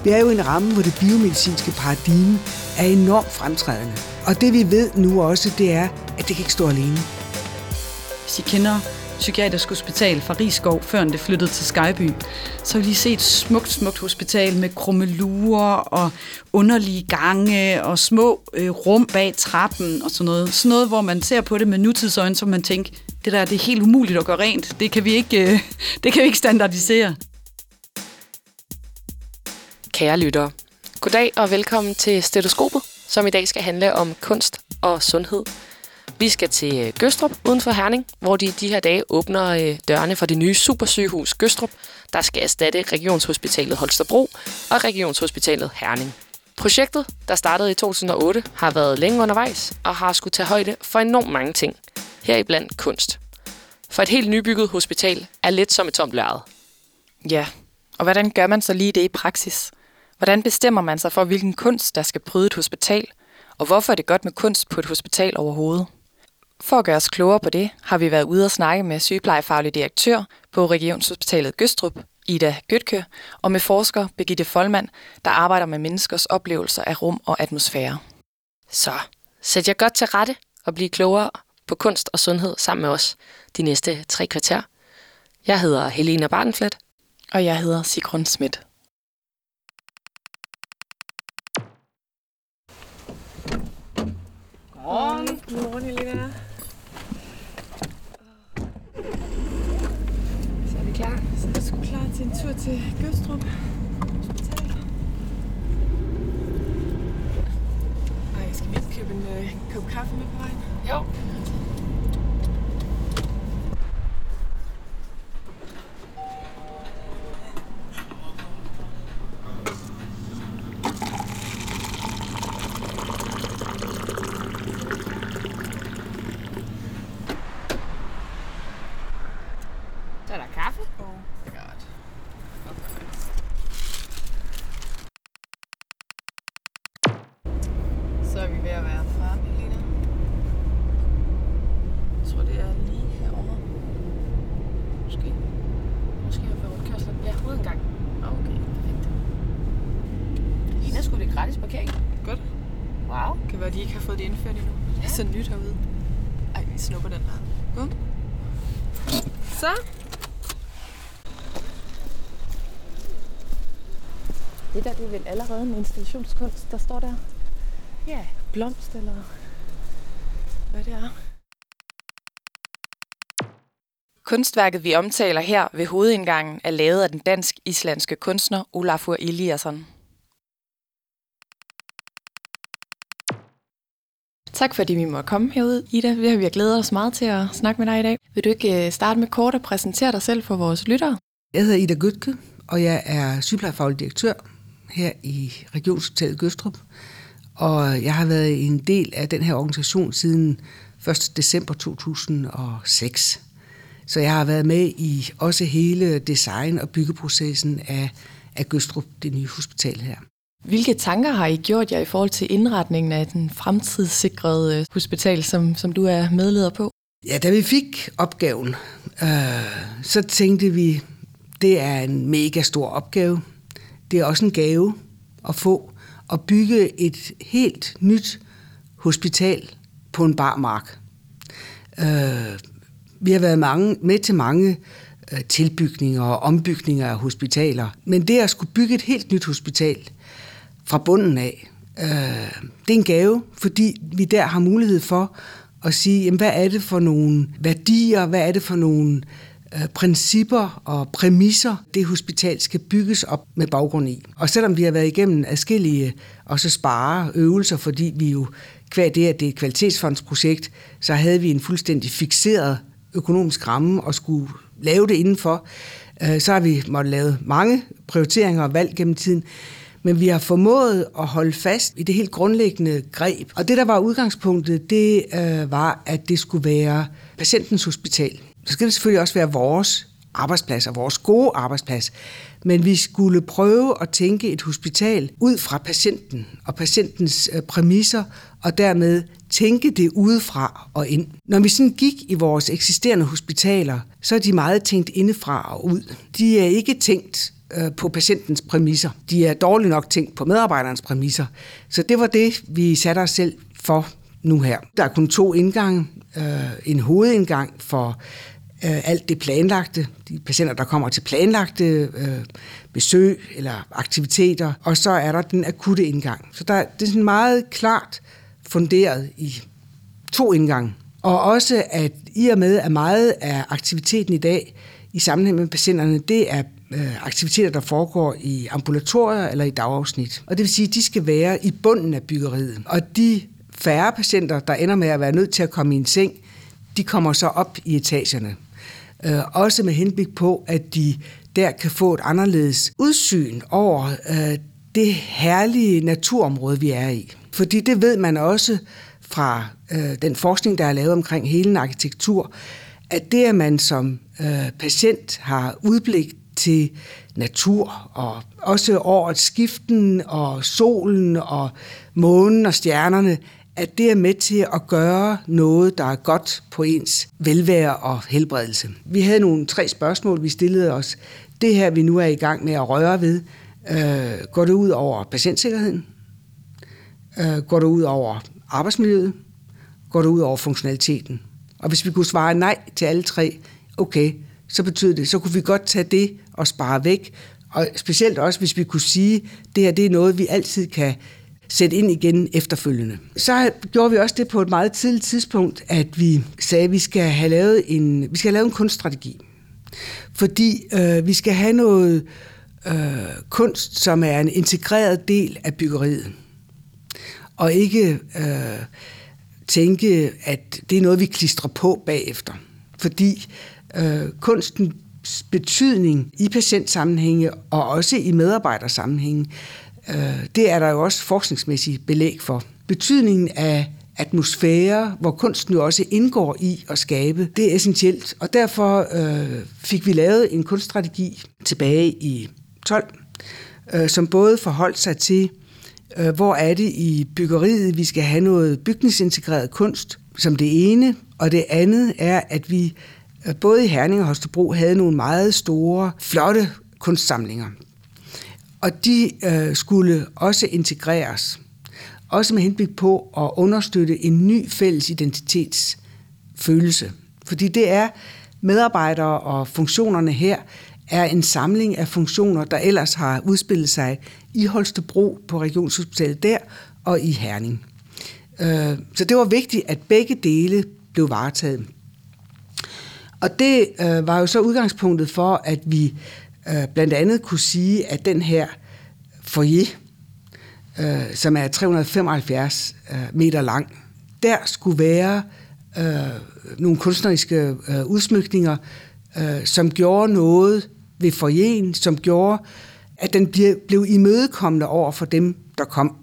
Vi er jo i en ramme, hvor det biomedicinske paradigme er enormt fremtrædende. Og det vi ved nu også, det er, at det kan ikke stå alene. Hvis I kender Psykiatrisk Hospital fra Risskov, før det flyttede til Skejby, så vil I se et smukt hospital med krummelurer og underlige gange og små rum bag trappen og sådan noget. Sådan noget, hvor man ser på det med nutidsøjne, så man tænker, det er helt umuligt at gøre rent. Det kan vi ikke standardisere. Kære lyttere, goddag og velkommen til Stetoskopet, som i dag skal handle om kunst og sundhed. Vi skal til Gødstrup uden for Herning, hvor de her dage åbner dørene for det nye supersygehus Gødstrup, der skal erstatte Regionshospitalet Holstebro og Regionshospitalet Herning. Projektet, der startede i 2008, har været længe undervejs og har skulle tage højde for enormt mange ting, heriblandt kunst. For et helt nybygget hospital er lidt som et tomt lærred. Ja, og hvordan gør man så lige det i praksis? Hvordan bestemmer man sig for, hvilken kunst, der skal bryde et hospital? Og hvorfor er det godt med kunst på et hospital overhovedet? For at gøre os klogere på det, har vi været ude og snakke med sygeplejefaglig direktør på Regionshospitalet Gødstrup, Ida Götke, og med forsker Birgitte Folman, der arbejder med menneskers oplevelser af rum og atmosfære. Så sæt jer godt til rette og bliv klogere på kunst og sundhed sammen med os de næste 3 kvarter. Jeg hedder Helena Bartenflet. Og jeg hedder Sigrun Schmidt. Godmorgen, Helena. Så er vi klar. Så er vi sgu klar til en tur til Gødstrup Hospital. Ej, skal vi ikke købe en kop kaffe med på vejen? Jo. Så er der kaffe. Oh my god. Så er vi ved at være fremme, Helena. Jeg tror, det er lige herovre. Måske har vi rundkørslen. Ja, hovedindgang. Okay, perfekt. Helena, skulle det gratis parkering? Godt. Wow. Kan være, de ikke har fået det indført endnu. Det er så nyt herude. Ej, vi snupper den her. Bum. Så. Det der, det er vel allerede en installationskunst, der står der? Ja. Blomst eller Hvad det er? Kunstværket, vi omtaler her ved hovedindgangen, er lavet af den dansk-islandske kunstner Olafur Eliasson. Tak fordi vi må komme herud, Ida. Vi har glædet os meget til at snakke med dig i dag. Vil du ikke starte med kort at præsentere dig selv for vores lyttere? Jeg hedder Ida Götke, og jeg er sygeplejefaglig direktør her i Regionshospitalet Gødstrup. Og jeg har været en del af den her organisation siden 1. december 2006. Så jeg har været med i også hele design- og byggeprocessen af Gødstrup, det nye hospital her. Hvilke tanker har I gjort jer i forhold til indretningen af den fremtidssikrede hospital, som du er medleder på? Ja, da vi fik opgaven, så tænkte vi, det er en mega stor opgave. Det er også en gave at få at bygge et helt nyt hospital på en bar mark. Vi har været med til mange tilbygninger og ombygninger af hospitaler, men det at skulle bygge et helt nyt hospital fra bunden af, det er en gave, fordi vi der har mulighed for at sige, jamen, hvad er det for nogle værdier, hvad er det for nogle principper og præmisser, det hospital skal bygges op med baggrund i. Og selvom vi har været igennem adskillige også spareøvelser, fordi vi jo hver det, at det er et kvalitetsfondsprojekt, så havde vi en fuldstændig fikseret økonomisk ramme og skulle lave det indenfor. Så har vi måttet lave mange prioriteringer og valg gennem tiden. Men vi har formået at holde fast i det helt grundlæggende greb. Og det, der var udgangspunktet, det var, at det skulle være patientens hospital. Så skal det selvfølgelig også være vores arbejdsplads og vores gode arbejdsplads. Men vi skulle prøve at tænke et hospital ud fra patienten og patientens præmisser, og dermed tænke det udefra og ind. Når vi sådan gik i vores eksisterende hospitaler, så er de meget tænkt indefra og ud. De er ikke tænkt på patientens præmisser. De er dårligt nok tænkt på medarbejderens præmisser. Så det var det, vi satte os selv for nu her. Der er kun 2 indgange. En hovedindgang for alt det planlagte, de patienter, der kommer til planlagte besøg eller aktiviteter, og så er der den akutte indgang. Så det er sådan meget klart funderet i 2 indgange. Og også, at i og med, at meget af aktiviteten i dag i sammenhæng med patienterne, det er aktiviteter, der foregår i ambulatorier eller i dagafsnit. Og det vil sige, at de skal være i bunden af byggeriet. Og de færre patienter, der ender med at være nødt til at komme i en seng, de kommer så op i etagerne. Også med henblik på, at de der kan få et anderledes udsyn over det herlige naturområde, vi er i. Fordi det ved man også fra den forskning, der er lavet omkring hele arkitektur, at det, at man som patient har udblik til natur, og også årets skiften, og solen, og månen og stjernerne, at det er med til at gøre noget, der er godt på ens velvære og helbredelse. Vi havde nogle 3 spørgsmål, vi stillede os. Det her, vi nu er i gang med at røre ved, går det ud over patientsikkerheden? Går det ud over arbejdsmiljøet? Går det ud over funktionaliteten? Og hvis vi kunne svare nej til alle 3, okay, så betyder det, så kunne vi godt tage det og spare væk. Og specielt også, hvis vi kunne sige, det her det er noget, vi altid kan sætte ind igen efterfølgende. Så gjorde vi også det på et meget tidligt tidspunkt, at vi sagde, at vi skal have lavet en kunststrategi. Fordi vi skal have noget kunst, som er en integreret del af byggeriet. Og ikke tænke, at det er noget, vi klistrer på bagefter. Fordi kunstens betydning i patientsammenhænge og også i medarbejdersammenhænge, det er der jo også forskningsmæssigt belæg for. Betydningen af atmosfære, hvor kunsten jo også indgår i at skabe, det er essentielt. Og derfor fik vi lavet en kunststrategi tilbage i 12, som både forholdt sig til, hvor er det i byggeriet, vi skal have noget bygningsintegreret kunst som det ene, og det andet er, at vi både i Herning og Holstebro havde nogle meget store, flotte kunstsamlinger. Og de skulle også integreres. Også med henblik på at understøtte en ny fælles identitetsfølelse. Fordi det er medarbejdere og funktionerne her er en samling af funktioner, der ellers har udspillet sig i Holstebro på Regionshospitalet der og i Herning. Så det var vigtigt, at begge dele blev varetaget. Og det var jo så udgangspunktet for, at vi blandt andet kunne sige, at den her foyer, som er 375 meter lang, der skulle være nogle kunstneriske udsmykninger, som gjorde noget ved foyeren, som gjorde, at den blev imødekommende over for dem, der kom.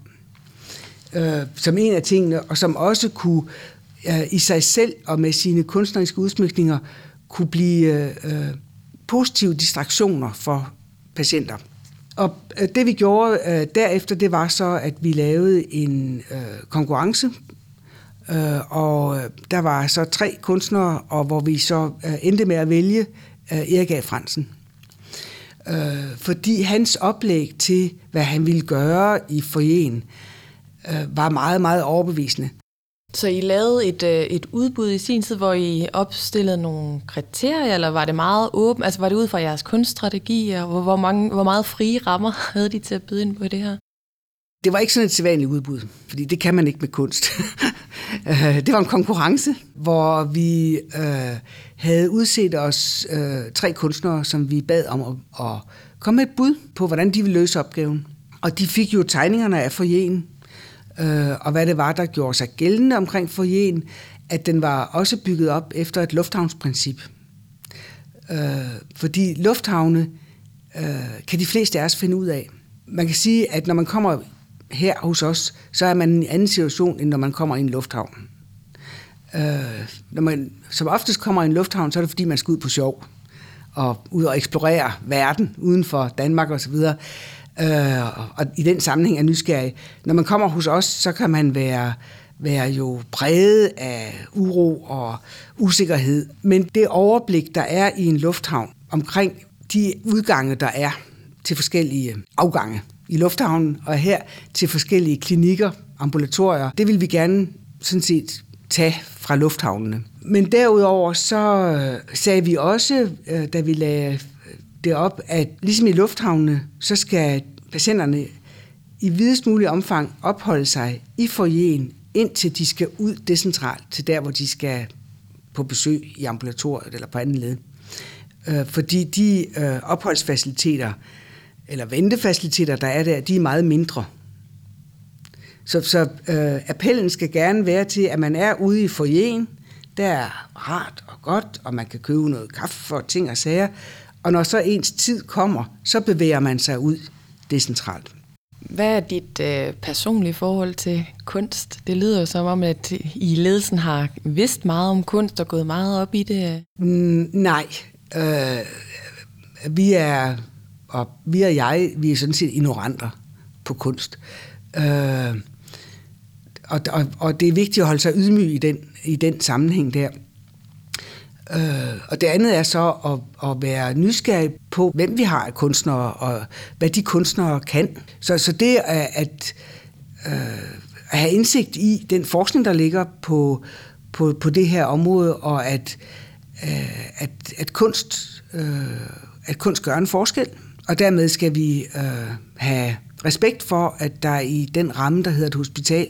Som en af tingene, og som også kunne i sig selv og med sine kunstneriske udsmykninger kunne blive positive distraktioner for patienter. Og det vi gjorde derefter, det var så, at vi lavede en konkurrence, og der var så 3 kunstnere, og hvor vi så endte med at vælge Erik A. Frandsen. Fordi hans oplæg til, hvad han ville gøre i foyeren, var meget, meget overbevisende. Så I lavede et udbud i sin tid, hvor I opstillede nogle kriterier, eller var det meget åbent? Altså var det ud fra jeres kunststrategier, og hvor meget frie rammer havde de til at byde ind på det her? Det var ikke sådan et sædvanligt udbud, fordi det kan man ikke med kunst. Det var en konkurrence, hvor vi havde udset os 3 kunstnere, som vi bad om at komme med et bud på, hvordan de ville løse opgaven. Og de fik jo tegningerne af foyeren, og hvad det var, der gjorde sig gældende omkring foyeren, at den var også bygget op efter et lufthavnsprincip. Fordi lufthavne kan de fleste af os finde ud af. Man kan sige, at når man kommer her hos os, så er man i en anden situation, end når man kommer i en lufthavn. Når man som oftest kommer i en lufthavn, så er det fordi, man skal ud på sjov, og ud og eksplorere verden uden for Danmark osv., og i den sammenhæng er nysgerrig. Når man kommer hos os, så kan man være jo præget af uro og usikkerhed. Men det overblik, der er i en lufthavn omkring de udgange, der er, til forskellige afgange i lufthavnen, og her til forskellige klinikker, ambulatorier. Det vil vi gerne sådan set tage fra lufthavnene. Men derudover så sagde vi også, da vi lagde det op, at ligesom i lufthavnene, så skal patienterne i videst mulig omfang opholde sig i foyeren, indtil de skal ud decentralt til der, hvor de skal på besøg i ambulatoriet eller på anden led. Fordi de opholdsfaciliteter eller ventefaciliteter, der er der, de er meget mindre. Så appellen skal gerne være til, at man er ude i foyeren. Der er rart og godt, og man kan købe noget kaffe og ting og sager. Og når så ens tid kommer, så bevæger man sig ud decentralt. Hvad er dit personlige forhold til kunst? Det lyder jo som om, at I ledelsen har vidst meget om kunst og gået meget op i det. Nej. Vi er sådan set ignoranter på kunst. Og det er vigtigt at holde sig ydmyg i den sammenhæng der. Og det andet er så at være nysgerrig på, hvem vi har af kunstnere, og hvad de kunstnere kan. Så det at have indsigt i den forskning, der ligger på det her område, og at kunst gør en forskel. Og dermed skal vi have respekt for, at der i den ramme, der hedder et hospital,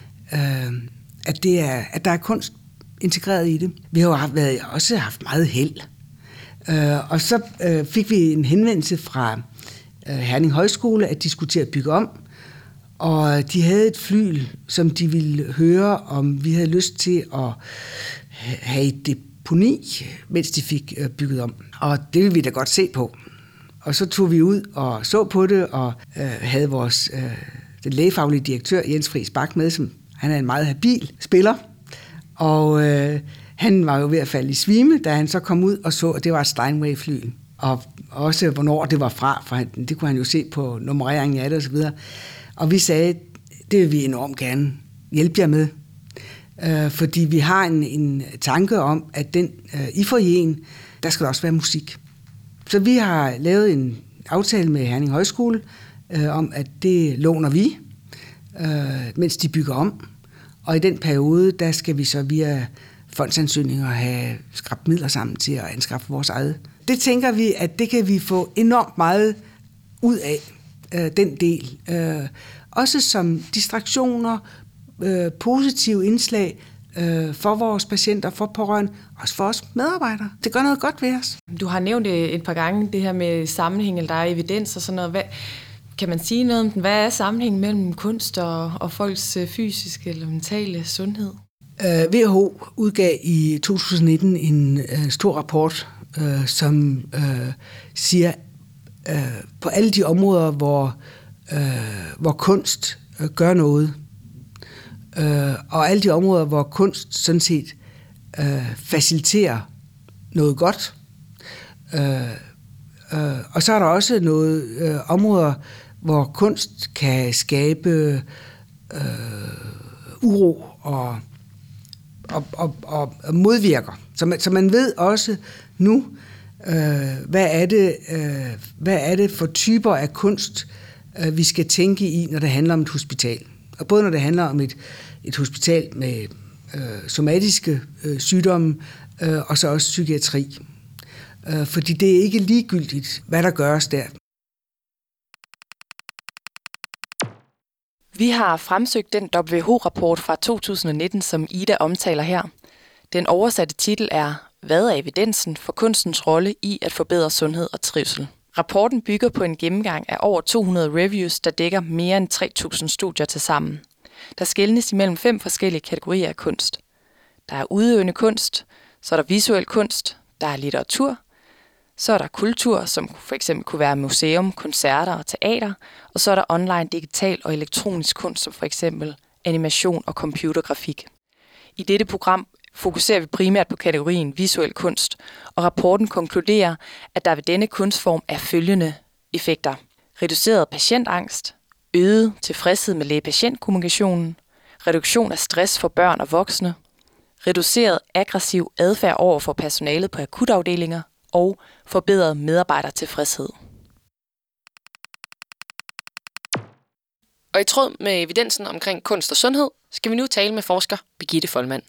at der er kunst integreret i det. Vi har jo også haft meget held. Og så fik vi en henvendelse fra Herning Højskole, at de skulle til at bygge om. Og de havde et fly, som de ville høre, om vi havde lyst til at have et deponi, mens de fik bygget om. Og det ville vi da godt se på. Og så tog vi ud og så på det, og havde vores den lægefaglige direktør, Jens Friis Bak, med, som han er en meget habil spiller. Og han var jo ved at falde i svime, da han så kom ud og så, at det var et Steinway-fly. Og også, hvornår det var fra, for det kunne han jo se på nummereringen af det osv. Og vi sagde, det vil vi enormt gerne hjælpe jer med. Fordi vi har en tanke om, at i foyeren, der skal der også være musik. Så vi har lavet en aftale med Herning Højskole om, at det låner vi, mens de bygger om. Og i den periode, der skal vi så via fondsansøgninger have skrabt midler sammen til at anskaffe vores eget. Det tænker vi, at det kan vi få enormt meget ud af, den del. Også som distraktioner, positive indslag for vores patienter, for pårørende, også for os medarbejdere. Det gør noget godt ved os. Du har nævnt et par gange det her med sammenhæng, eller der er evidens og sådan noget. Kan man sige noget om den? Hvad er sammenhængen mellem kunst og folks fysiske eller mentale sundhed? WHO udgav i 2019 en stor rapport, som siger, på alle de områder, hvor kunst gør noget, og alle de områder, hvor kunst sådan set faciliterer noget godt, og så er der også noget områder, hvor kunst kan skabe uro og modvirker. Så man ved også nu, hvad er det for typer af kunst, vi skal tænke i, når det handler om et hospital. Og både når det handler om et hospital med somatiske sygdomme, og så også psykiatri. Fordi det er ikke ligegyldigt, hvad der gøres der. Vi har fremsøgt den WHO-rapport fra 2019, som Ida omtaler her. Den oversatte titel er "Hvad er evidensen for kunstens rolle i at forbedre sundhed og trivsel?" Rapporten bygger på en gennemgang af over 200 reviews, der dækker mere end 3.000 studier til sammen. Der skelnes imellem 5 forskellige kategorier af kunst. Der er udøvende kunst, så er der visuel kunst, der er litteratur, så er der kultur, som for eksempel kunne være museum, koncerter og teater, og så er der online, digital og elektronisk kunst, som for eksempel animation og computergrafik. I dette program fokuserer vi primært på kategorien visuel kunst, og rapporten konkluderer, at der ved denne kunstform er følgende effekter: reduceret patientangst, øget tilfredshed med læge-patient-kommunikationen, reduktion af stress for børn og voksne, reduceret aggressiv adfærd over for personalet på akutafdelinger og forbedret medarbejdertilfredshed. Og i tråd med evidensen omkring kunst og sundhed, skal vi nu tale med forsker Birgitte Foldmann.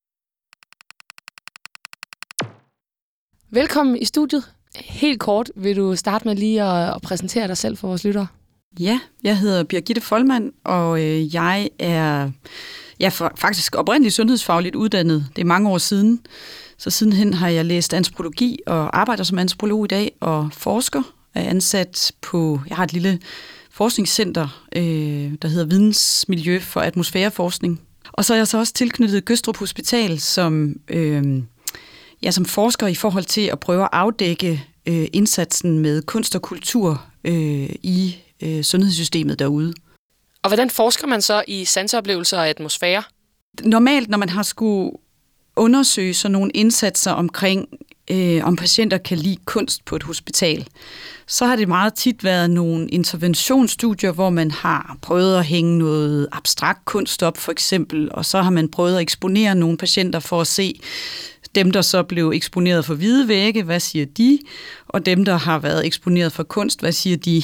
Velkommen i studiet. Helt kort, vil du starte med lige at præsentere dig selv for vores lyttere? Ja, jeg hedder Birgitte Foldmann, og jeg er faktisk oprindeligt sundhedsfagligt uddannet. Det er mange år siden. Så sidenhen har jeg læst antropologi og arbejder som antropolog i dag og forsker. Er ansat på, jeg har et lille forskningscenter, der hedder Vidensmiljø for Atmosfæreforskning. Og så er jeg så også tilknyttet Gøstrup Hospital som forsker i forhold til at prøve at afdække indsatsen med kunst og kultur i sundhedssystemet derude. Og hvordan forsker man så i sanseoplevelser og atmosfære? Normalt, når man har skulle undersøge sådan nogle indsatser omkring, om patienter kan lide kunst på et hospital, så har det meget tit været nogle interventionsstudier, hvor man har prøvet at hænge noget abstrakt kunst op, for eksempel, og så har man prøvet at eksponere nogle patienter for at se dem, der så blev eksponeret for hvide vægge, hvad siger de? Og dem, der har været eksponeret for kunst, hvad siger de?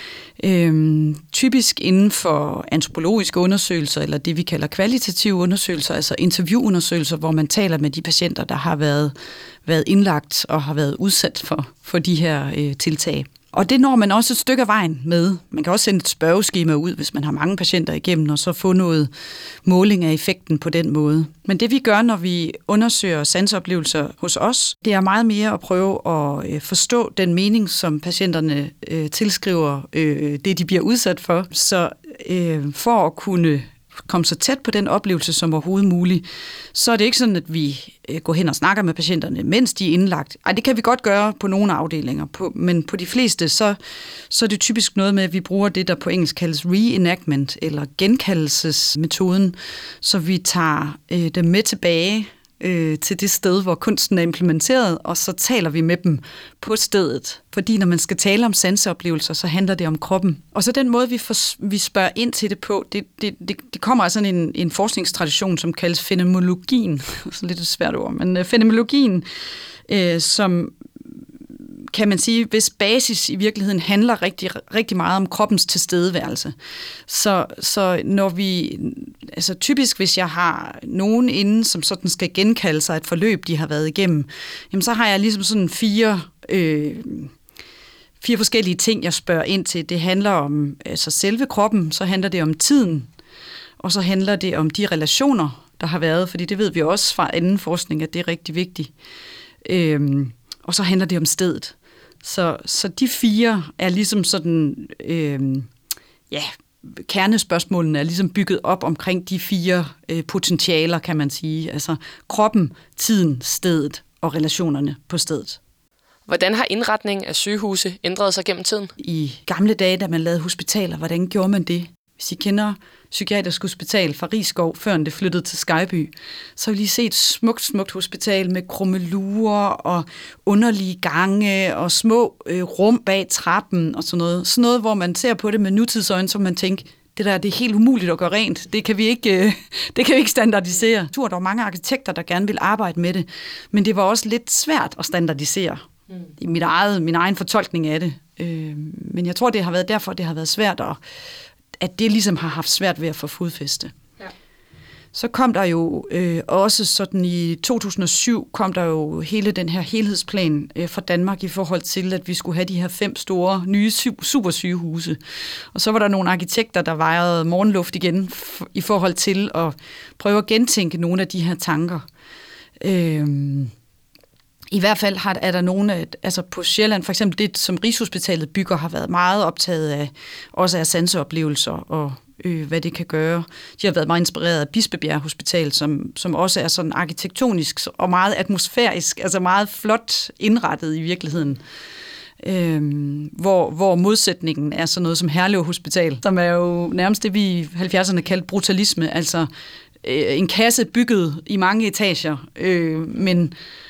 Typisk inden for antropologiske undersøgelser, eller det vi kalder kvalitative undersøgelser, altså interviewundersøgelser, hvor man taler med de patienter, der har været indlagt og har været udsat for de her tiltag. Og det når man også et stykke af vejen med. Man kan også sende et spørgeskema ud, hvis man har mange patienter igennem, og så få noget måling af effekten på den måde. Men det vi gør, når vi undersøger sanseoplevelser hos os, det er meget mere at prøve at forstå den mening, som patienterne tilskriver det, de bliver udsat for. Så for at kunne komme så tæt på den oplevelse som overhovedet muligt, så er det ikke sådan, at vi går hen og snakker med patienterne, mens de er indlagt. Det kan vi godt gøre på nogle afdelinger, men på de fleste, så er det typisk noget med, at vi bruger det, der på engelsk kaldes reenactment, eller genkaldelsesmetoden, så vi tager dem med tilbage til det sted, hvor kunsten er implementeret, og så taler vi med dem på stedet. Fordi når man skal tale om sanseoplevelser, så handler det om kroppen. Og så den måde, vi spørger ind til det på, det kommer af sådan en forskningstradition, som kaldes fænomenologien. Så lidt et svært ord, men fænomenologien, som kan man sige, hvis basis i virkeligheden handler rigtig, rigtig meget om kroppens tilstedeværelse. Så når vi, altså typisk hvis jeg har nogen inden, som sådan skal genkalde sig et forløb, de har været igennem, jamen så har jeg ligesom sådan fire forskellige ting, jeg spørger ind til. Det handler om altså selve kroppen, så handler det om tiden, og så handler det om de relationer, der har været, fordi det ved vi også fra anden forskning, at det er rigtig vigtigt. Og så handler det om stedet. Så de fire er ligesom sådan, kernespørgsmålene er ligesom bygget op omkring de fire potentialer, kan man sige. Altså kroppen, tiden, stedet og relationerne på stedet. Hvordan har indretningen af sygehuse ændret sig gennem tiden? I gamle dage, da man lavede hospitaler, hvordan gjorde man det? Hvis I kender Psykiatrisk Hospital fra Risskov, før det flyttede til Skejby, så vil I se et smukt hospital med krummelurer og underlige gange og små rum bag trappen og sådan noget. Sådan noget, hvor man ser på det med nutidsøjne, så man tænker, det er helt umuligt at gøre rent. Det kan vi ikke standardisere. Der var mange arkitekter, der gerne ville arbejde med det, men det var også lidt svært at standardisere. I min egen fortolkning af det. Men jeg tror, det har været derfor, det har været svært at det ligesom har haft svært ved at få fodfæste. Ja. Så kom der jo også sådan i 2007, kom der jo hele den her helhedsplan for Danmark i forhold til, at vi skulle have de her 5 store nye supersygehuse. Og så var der nogle arkitekter, der vejrede morgenluft igen i forhold til at prøve at gentænke nogle af de her tanker. I hvert fald er der nogle, altså på Sjælland, for eksempel det, som Rigshospitalet bygger, har været meget optaget af, også af sanseoplevelser og hvad det kan gøre. De har været meget inspireret af Bispebjerg Hospital, som også er sådan arkitektonisk og meget atmosfærisk, altså meget flot indrettet i virkeligheden. Hvor modsætningen er sådan noget som Herlev Hospital, som er jo nærmest det, vi i 70'erne kaldte brutalisme, altså en kasse bygget i mange etager, men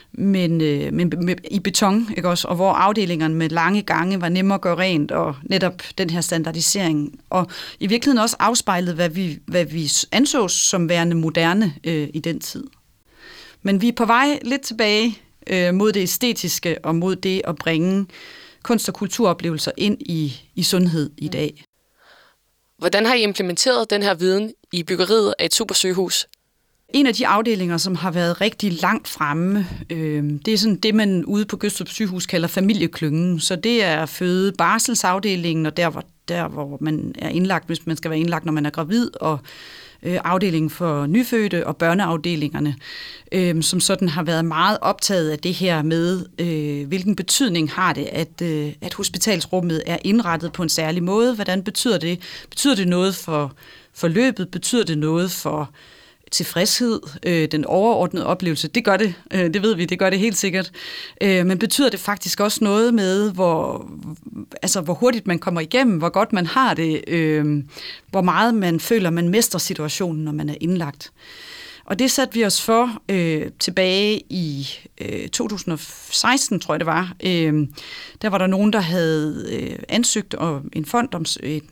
i beton, ikke også? Og hvor afdelingerne med lange gange var nemmere at gøre rent, og netop den her standardisering. Og i virkeligheden også afspejlet, hvad vi ansås som værende moderne i den tid. Men vi er på vej lidt tilbage mod det æstetiske, og mod det at bringe kunst- og kulturoplevelser ind i sundhed i dag. Hvordan har I implementeret den her viden i byggeriet af et supersygehus? En af de afdelinger, som har været rigtig langt fremme, det er sådan det, man ude på Gødstrup Sygehus kalder familieklyngen. Så det er føde-barselsafdelingen, og der, hvor man er indlagt, hvis man skal være indlagt, når man er gravid, og afdelingen for nyfødte og børneafdelingerne, som sådan har været meget optaget af det her med, hvilken betydning har det, at hospitalsrummet er indrettet på en særlig måde. Hvordan betyder det? Betyder det noget for forløbet? Betyder det noget for tilfredshed, den overordnede oplevelse? Det gør det, det ved vi, det gør det helt sikkert. Men betyder det faktisk også noget med, hvor hurtigt man kommer igennem, hvor godt man har det, hvor meget man føler, man mestrer situationen, når man er indlagt. Og det satte vi os for tilbage i 2016, tror jeg det var. Der var der nogen, der havde ansøgt om en fond om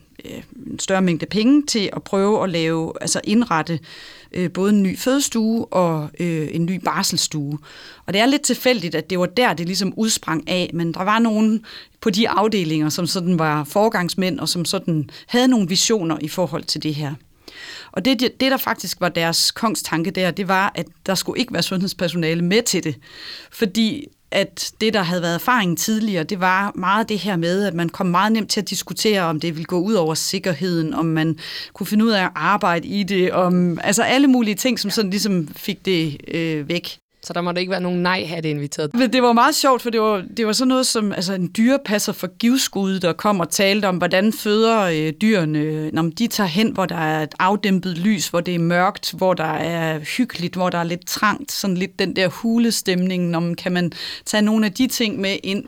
en større mængde penge til at prøve at indrette både en ny fødestue og en ny barselsstue. Og det er lidt tilfældigt, at det var der, det ligesom udsprang af, men der var nogen på de afdelinger, som sådan var foregangsmænd, og som sådan havde nogle visioner i forhold til det her. Og det der faktisk var deres kongstanke der, det var, at der skulle ikke være sundhedspersonale med til det. Fordi at det, der havde været erfaringen tidligere, det var meget det her med, at man kom meget nemt til at diskutere, om det ville gå ud over sikkerheden, om man kunne finde ud af at arbejde i det, om alle mulige ting, som sådan ligesom fik det væk. Så der må der ikke være nogen nej-hatte inviteret. Men det var meget sjovt, for det var sådan noget som en dyrepasser for givskud, der kom og talte om, hvordan føder dyrene, når de tager hen, hvor der er et afdæmpet lys, hvor det er mørkt, hvor der er hyggeligt, hvor der er lidt trangt, sådan lidt den der hulestemning, når kan man tage nogle af de ting med ind.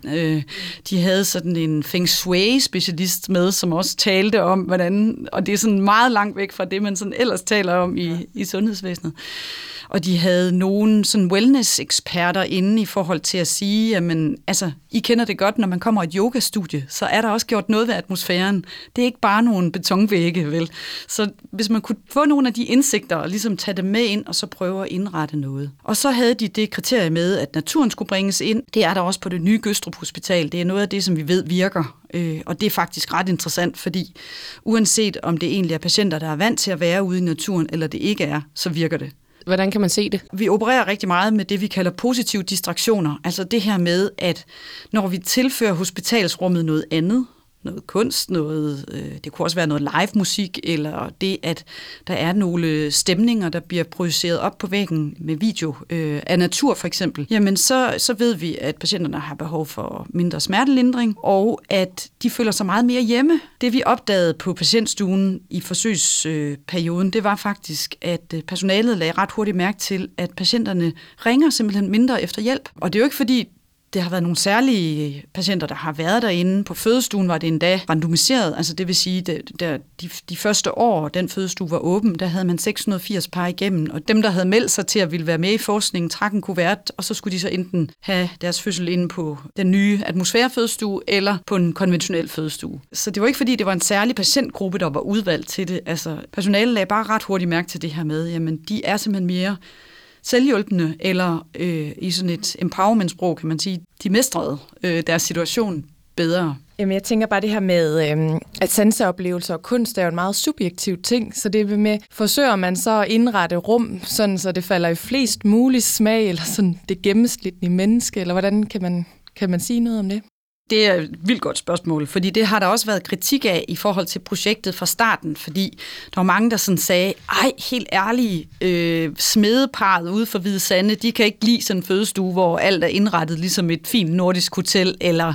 De havde sådan en feng shui-specialist med, som også talte om, hvordan, og det er sådan meget langt væk fra det, man sådan ellers taler om i sundhedsvæsenet. Og de havde nogle sådan wellness-eksperter inde i forhold til at sige, jamen, I kender det godt, når man kommer i et yogastudie, så er der også gjort noget ved atmosfæren. Det er ikke bare nogle betonvægge, vel? Så hvis man kunne få nogle af de indsigter og ligesom tage dem med ind, og så prøve at indrette noget. Og så havde de det kriterie med, at naturen skulle bringes ind. Det er der også på det nye Gødstrup Hospital. Det er noget af det, som vi ved virker. Og det er faktisk ret interessant, fordi uanset om det egentlig er patienter, der er vant til at være ude i naturen, eller det ikke er, så virker det. Hvordan kan man se det? Vi opererer rigtig meget med det, vi kalder positive distraktioner. Altså det her med, at når vi tilfører hospitalsrummet noget andet, noget kunst, det kunne også være noget live musik, eller det, at der er nogle stemninger, der bliver projiceret op på væggen med video af natur for eksempel, jamen så ved vi, at patienterne har behov for mindre smertelindring, og at de føler sig meget mere hjemme. Det vi opdagede på patientstuen i forsøgsperioden, det var faktisk, at personalet lagde ret hurtigt mærke til, at patienterne ringer simpelthen mindre efter hjælp. Og det er jo ikke fordi, det har været nogle særlige patienter, der har været derinde. På fødestuen var det endda randomiseret, altså det vil sige, at de første år, den fødestue var åben, der havde man 680 par igennem, og dem, der havde meldt sig til at ville være med i forskningen, trak en kuvert, og så skulle de så enten have deres fødsel inde på den nye atmosfærefødestue, eller på en konventionel fødestue. Så det var ikke fordi, det var en særlig patientgruppe, der var udvalgt til det. Altså personalet lagde bare ret hurtigt mærke til det her med, jamen de er simpelthen mere selvhjælpende, eller i sådan et empowerment-sprog, kan man sige, de mestrede deres situation bedre. Jamen, jeg tænker bare det her med, at sanseoplevelser og kunst er jo en meget subjektiv ting, så det med, forsøger man så at indrette rum, sådan så det falder i flest mulig smag, eller sådan det gennemsnitlige menneske, eller hvordan kan man sige noget om det? Det er et vildt godt spørgsmål, fordi det har der også været kritik af i forhold til projektet fra starten, fordi der var mange, der sådan sagde, helt ærligt, smedeparret ude for Hvide Sande, de kan ikke lide sådan en fødestue, hvor alt er indrettet ligesom et fint nordisk hotel,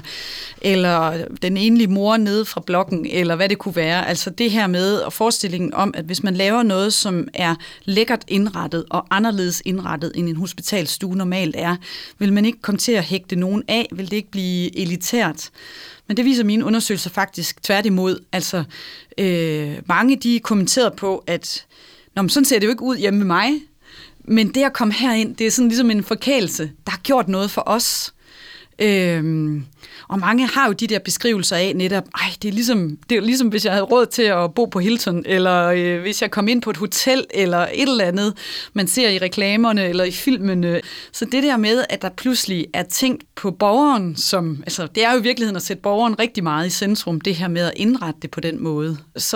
eller den enlige mor nede fra blokken, eller hvad det kunne være. Altså det her med og forestillingen om, at hvis man laver noget, som er lækkert indrettet og anderledes indrettet, end en hospitalsstue normalt er, vil man ikke komme til at hægte nogen af, vil det ikke blive elitært. Men det viser mine undersøgelser faktisk tværtimod. Altså, mange de kommenterede på, at sådan ser det jo ikke ud hjemme med mig, men det at komme herind, det er sådan ligesom en forkælelse, der har gjort noget for os. Og mange har jo de der beskrivelser af netop, det er ligesom hvis jeg havde råd til at bo på Hilton, eller hvis jeg kom ind på et hotel, eller et eller andet, man ser i reklamerne, eller i filmene. Så det der med, at der pludselig er tænkt på borgeren, det er jo i virkeligheden at sætte borgeren rigtig meget i centrum, det her med at indrette det på den måde. Så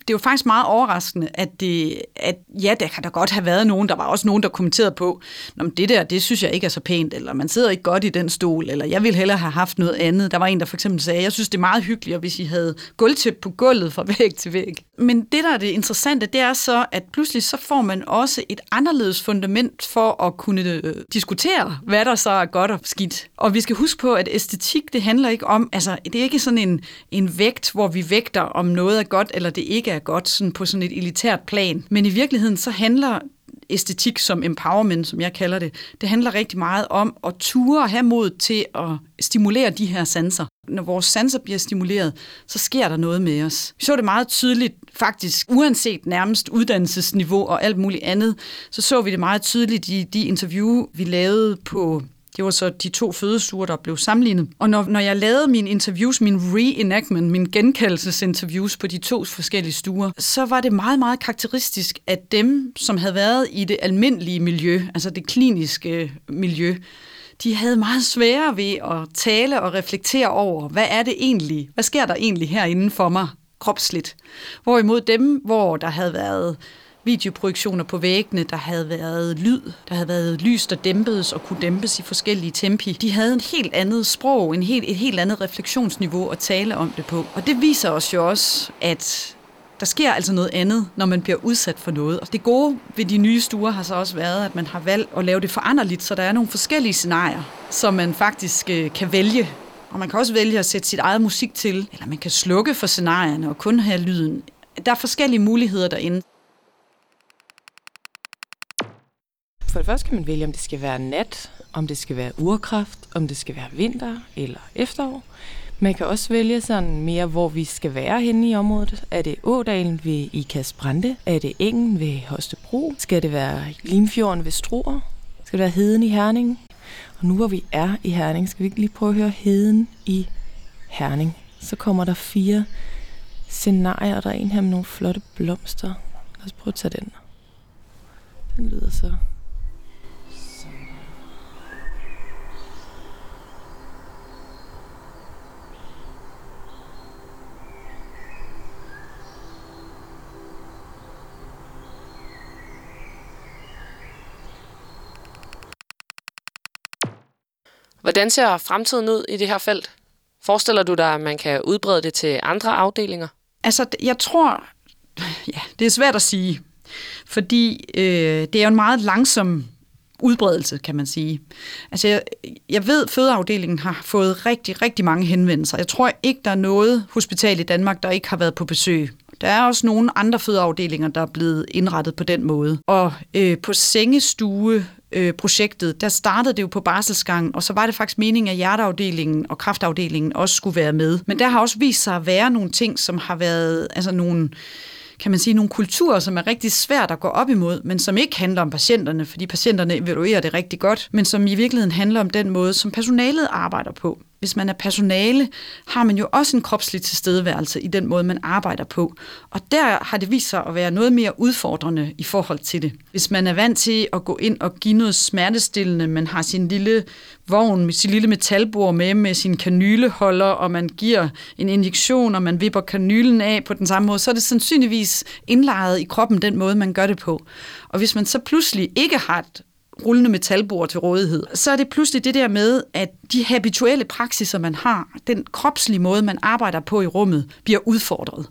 er jo faktisk meget overraskende, at der kan da godt have været nogen, der var også nogen, der kommenterede på, det der, det synes jeg ikke er så pænt, eller man sidder ikke godt i den stol, eller jeg ville hellere have haft noget andet. Der var en, der for eksempel sagde, jeg synes, det er meget hyggeligt, hvis I havde gulvtæppe på gulvet fra væg til væg. Men det, der er det interessante, det er så, at pludselig så får man også et anderledes fundament for at kunne diskutere, hvad der så er godt og skidt. Og vi skal huske på, at æstetik, det handler ikke om, altså det er ikke sådan en vægt, hvor vi vægter, om noget er godt, eller det ikke er godt, sådan på sådan et elitært plan. Men i virkeligheden, så handler æstetik som empowerment, som jeg kalder det, det handler rigtig meget om at ture og have mod til at stimulere de her sanser. Når vores sanser bliver stimuleret, så sker der noget med os. Vi så det meget tydeligt, faktisk, uanset nærmest uddannelsesniveau og alt muligt andet, så vi det meget tydeligt i de interview, vi lavede på. Det var så de 2 fødestuer, der blev sammenlignet. Og når jeg lavede mine interviews, min reenactment, mine genkaldelsesinterviews på de 2 forskellige stuer, så var det meget, meget karakteristisk, at dem, som havde været i det almindelige miljø, altså det kliniske miljø, de havde meget sværere ved at tale og reflektere over, hvad sker der egentlig herinde for mig kropsligt? Hvorimod dem, hvor der havde været videoprojektioner på væggene, der havde været lyd, der havde været lys, der dæmpedes og kunne dæmpes i forskellige tempi. De havde et helt andet sprog, et helt andet refleksionsniveau at tale om det på. Og det viser os jo også, at der sker altså noget andet, når man bliver udsat for noget. Og det gode ved de nye stuer har så også været, at man har valgt at lave det foranderligt, så der er nogle forskellige scenarier, som man faktisk kan vælge. Og man kan også vælge at sætte sit eget musik til, eller man kan slukke for scenarierne og kun have lyden. Der er forskellige muligheder derinde. For det første kan man vælge, om det skal være nat, om det skal være urkraft, om det skal være vinter eller efterår. Man kan også vælge sådan mere, hvor vi skal være henne i området. Er det Ådalen ved Ikast-Brande? Er det Engen ved Holstebro? Skal det være Limfjorden ved Struer? Skal det være Heden i Herning? Og nu hvor vi er i Herning, skal vi ikke lige prøve at høre Heden i Herning. Så kommer der 4 scenarier, og der er en her med nogle flotte blomster. Lad os prøve at tage den. Den lyder så. Hvordan ser fremtiden ud i det her felt? Forestiller du dig, at man kan udbrede det til andre afdelinger? Altså, jeg tror, det er svært at sige, fordi det er jo en meget langsom udbredelse, kan man sige. Altså, jeg ved, at fødeafdelingen har fået rigtig, rigtig mange henvendelser. Jeg tror ikke, der er noget hospital i Danmark, der ikke har været på besøg. Der er også nogle andre fødeafdelinger, der er blevet indrettet på den måde. Og på sengestueprojektet, der startede det jo på barselsgangen, og så var det faktisk meningen, at hjerteafdelingen og kræftafdelingen også skulle være med. Men der har også vist sig at være nogle ting, som har været, altså nogle, kan man sige, nogle kulturer, som er rigtig svært at gå op imod, men som ikke handler om patienterne, fordi patienterne evaluerer det rigtig godt, men som i virkeligheden handler om den måde, som personalet arbejder på. Hvis man er personale, har man jo også en kropslig tilstedeværelse i den måde, man arbejder på. Og der har det vist sig at være noget mere udfordrende i forhold til det. Hvis man er vant til at gå ind og give noget smertestillende, man har sin lille vogn med sin lille metalbord med sin kanyleholder, og man giver en injektion, og man vipper kanylen af på den samme måde, så er det sandsynligvis indlejret i kroppen den måde, man gør det på. Og hvis man så pludselig ikke har et rullende metalbord til rådighed, så er det pludselig det der med, at de habituelle praksiser, man har, den kropslige måde, man arbejder på i rummet, bliver udfordret.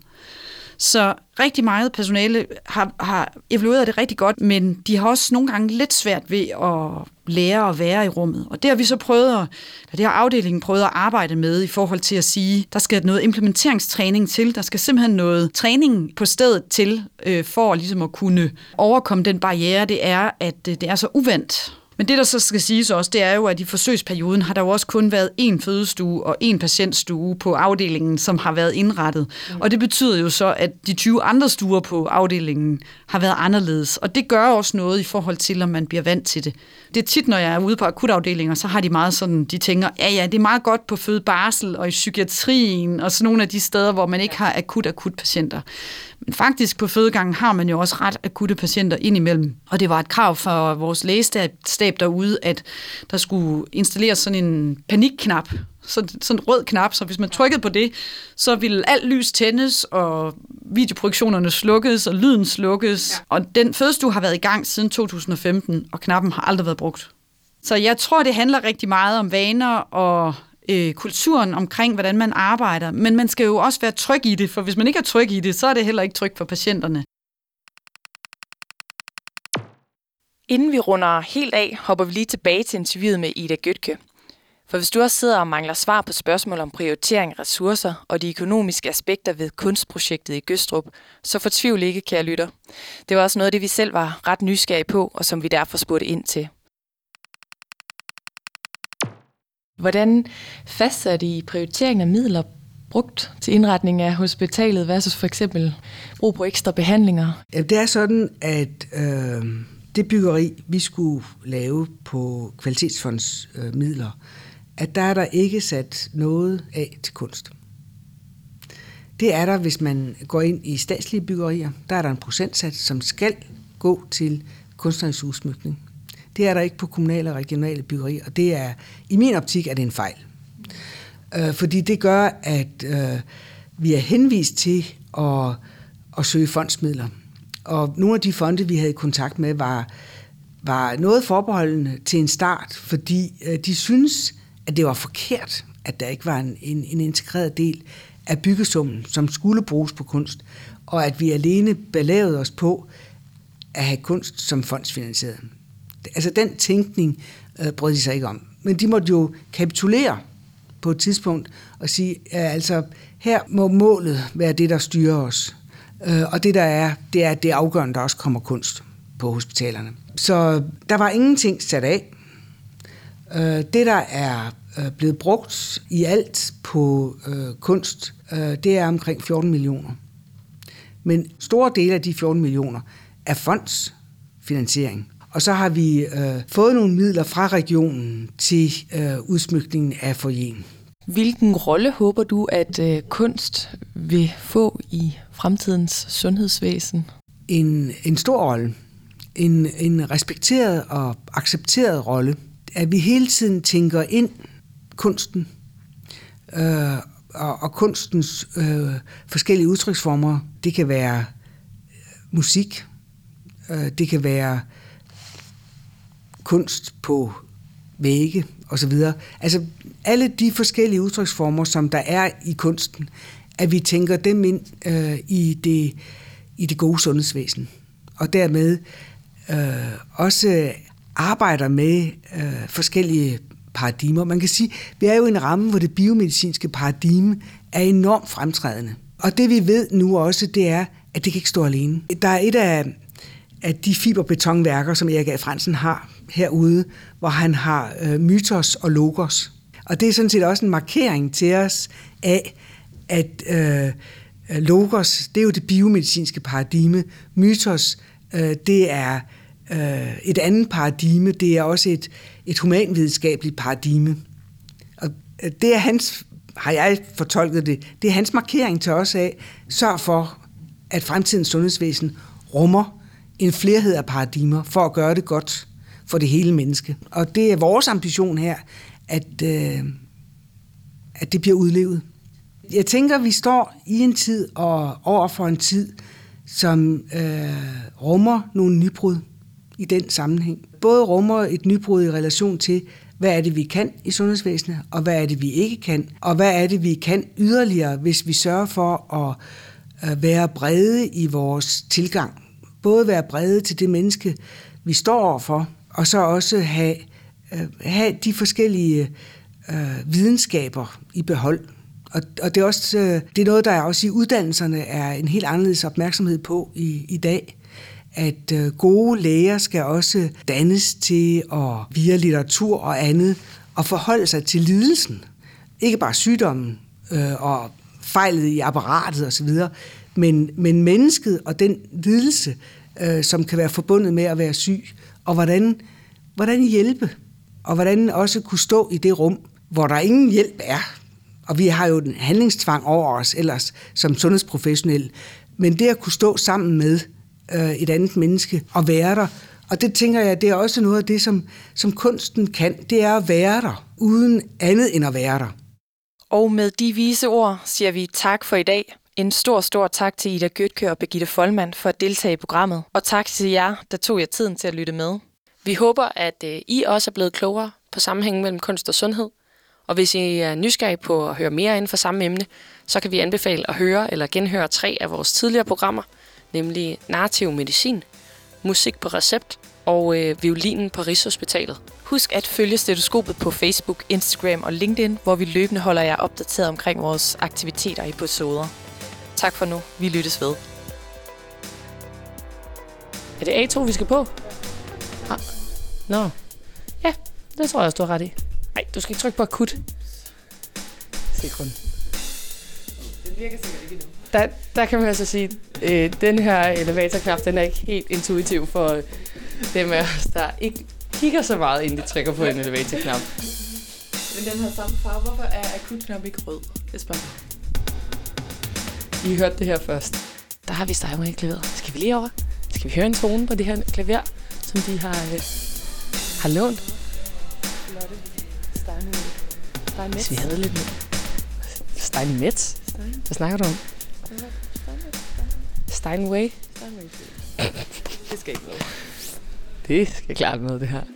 Så rigtig meget personale har evalueret det rigtig godt, men de har også nogle gange lidt svært ved at lære at være i rummet. Og det har vi så det har afdelingen prøvet at arbejde med i forhold til at sige, der skal noget implementeringstræning til, der skal simpelthen noget træning på stedet til, for ligesom at kunne overkomme den barriere, det er, at det er så uvandt. Men det, der så skal siges også, det er jo, at i forsøgsperioden har der jo også kun været 1 fødestue og 1 patientstue på afdelingen, som har været indrettet. Og det betyder jo så, at de 20 andre stuer på afdelingen har været anderledes. Og det gør også noget i forhold til, om man bliver vant til det. Det er tit, når jeg er ude på akutafdelinger, så har de meget sådan, de tænker, ja, det er meget godt på fødebarsel og i psykiatrien og sådan nogle af de steder, hvor man ikke har akut patienter. Men faktisk på fødegangen har man jo også ret akutte patienter indimellem. Og det var et krav for vores lægestab derude, at der skulle installeres sådan en panikknap, sådan en rød knap, så hvis man trykkede på det, så ville alt lys tændes, og videoprojektionerne slukkedes, og lyden slukkedes. Ja. Og den fødestue har været i gang siden 2015, og knappen har aldrig været brugt. Så jeg tror, det handler rigtig meget om vaner og kulturen omkring, hvordan man arbejder. Men man skal jo også være tryg i det, for hvis man ikke er tryg i det, så er det heller ikke trygt for patienterne. Inden vi runder helt af, hopper vi lige tilbage til interviewet med Ida Gøtke. For hvis du også sidder og mangler svar på spørgsmål om prioritering af ressourcer og de økonomiske aspekter ved kunstprojektet i Gødstrup, så fortvivl ikke, kære lytter. Det var også noget af det, vi selv var ret nysgerrige på, og som vi derfor spurgte ind til. Hvordan fastsatte I prioriteringen af midler brugt til indretning af hospitalet versus for eksempel brug på ekstra behandlinger? Ja, det er sådan, at det byggeri, vi skulle lave på kvalitetsfondsmidler, at der er der ikke sat noget af til kunst. Det er der, hvis man går ind i statslige byggerier. Der er der en procentsats, som skal gå til kunstnerisk udsmykning. Det er der ikke på kommunale og regionale byggerier, og det er, i min optik er det en fejl. Fordi det gør, at vi er henvist til at søge fondsmidler. Og nogle af de fonde, vi havde i kontakt med, var noget forbeholdende til en start, fordi de synes, at det var forkert, at der ikke var en integreret del af byggesummen, som skulle bruges på kunst, og at vi alene belavede os på at have kunst som fondsfinansieret. Altså den tænkning brød de sig ikke om. Men de måtte jo kapitulere på et tidspunkt og sige, altså her må målet være det, der styrer os. Og det der er, det er, at det er afgørende, der også kommer kunst på hospitalerne. Så der var ingenting sat af. Det, der er blevet brugt i alt på kunst, det er omkring 14 millioner. Men store dele af de 14 millioner er fondsfinansiering. Og så har vi fået nogle midler fra regionen til udsmykningen af foyeren. Hvilken rolle håber du, at kunst vil få i fremtidens sundhedsvæsen? En stor rolle. En respekteret og accepteret rolle. At vi hele tiden tænker ind kunsten og kunstens forskellige udtryksformer. Det kan være musik, det kan være kunst på vægge osv. Altså alle de forskellige udtryksformer, som der er i kunsten, at vi tænker dem ind i det gode sundhedsvæsen. Og dermed også arbejder med forskellige paradigmer. Man kan sige, at vi er jo i en ramme, hvor det biomedicinske paradigme er enormt fremtrædende. Og det vi ved nu også, det er, at det kan ikke stå alene. Der er et af de fiberbetonværker, som Erik A. Frandsen har herude, hvor han har mytos og logos. Og det er sådan set også en markering til os af, at logos, det er jo det biomedicinske paradigme. Mytos, det er et andet paradigme. Det er også et humanvidenskabeligt paradigme. Og det er hans, har jeg fortolket det, det er hans markering til os af, sørg for, at fremtidens sundhedsvæsen rummer en flerhed af paradigmer for at gøre det godt for det hele menneske. Og det er vores ambition her, at det bliver udlevet. Jeg tænker, at vi står i en tid og over for en tid, som rummer nogle nybrud i den sammenhæng. Både rummer et nybrud i relation til, hvad er det, vi kan i sundhedsvæsenet, og hvad er det, vi ikke kan, og hvad er det, vi kan yderligere, hvis vi sørger for at være brede i vores tilgang. Både være brede til det menneske, vi står overfor, og så også have de forskellige videnskaber i behold. Og det er også det er noget, der også i uddannelserne er en helt anderledes opmærksomhed på i dag. At gode læger skal også dannes til at via litteratur og andet og forholde sig til lidelsen. Ikke bare sygdommen og fejlet i apparatet osv., men mennesket og den lidelse, som kan være forbundet med at være syg, og hvordan hjælpe, og hvordan også kunne stå i det rum, hvor der ingen hjælp er. Og vi har jo en handlingstvang over os ellers som sundhedsprofessionelle, men det at kunne stå sammen med et andet menneske og være der, og det tænker jeg, det er også noget af det, som kunsten kan, det er at være der, uden andet end at være der. Og med de vise ord siger vi tak for i dag. En stor tak til Ida Gødke og Birgitte Folman for at deltage i programmet. Og tak til jer, der tog jer tiden til at lytte med. Vi håber, at I også er blevet klogere på sammenhængen mellem kunst og sundhed. Og hvis I er nysgerrige på at høre mere inden for samme emne, så kan vi anbefale at høre eller genhøre 3 af vores tidligere programmer, nemlig Narrativ Medicin, Musik på Recept og Violinen på Rigshospitalet. Husk at følge Stetoskopet på Facebook, Instagram og LinkedIn, hvor vi løbende holder jer opdateret omkring vores aktiviteter i episoder. Tak for nu. Vi lyttes ved. Er det A2, vi skal på? Ah. Nå. Ja, det tror jeg også, du har ret i. Nej, du skal ikke trykke på akut. Sekund. Det virker sikkert ikke endnu. Der kan man altså sige, den her elevatorknap, den er ikke helt intuitiv for dem af os, der ikke kigger så meget, inden de trykker på en elevatorknap. Men den har samme farve. Hvorfor er akutknap ikke rød? Det spørger I hørte det her først. Der har vi Steinway klaveret. Skal vi lige over? Skal vi høre en tone på det her klaver, som de har lånt? Lotte Steinway. Hvis vi havde lidt mere. Steinmetz? Hvad snakker du om? Steinway? Det skal ikke noget. Det skal klart noget, det her.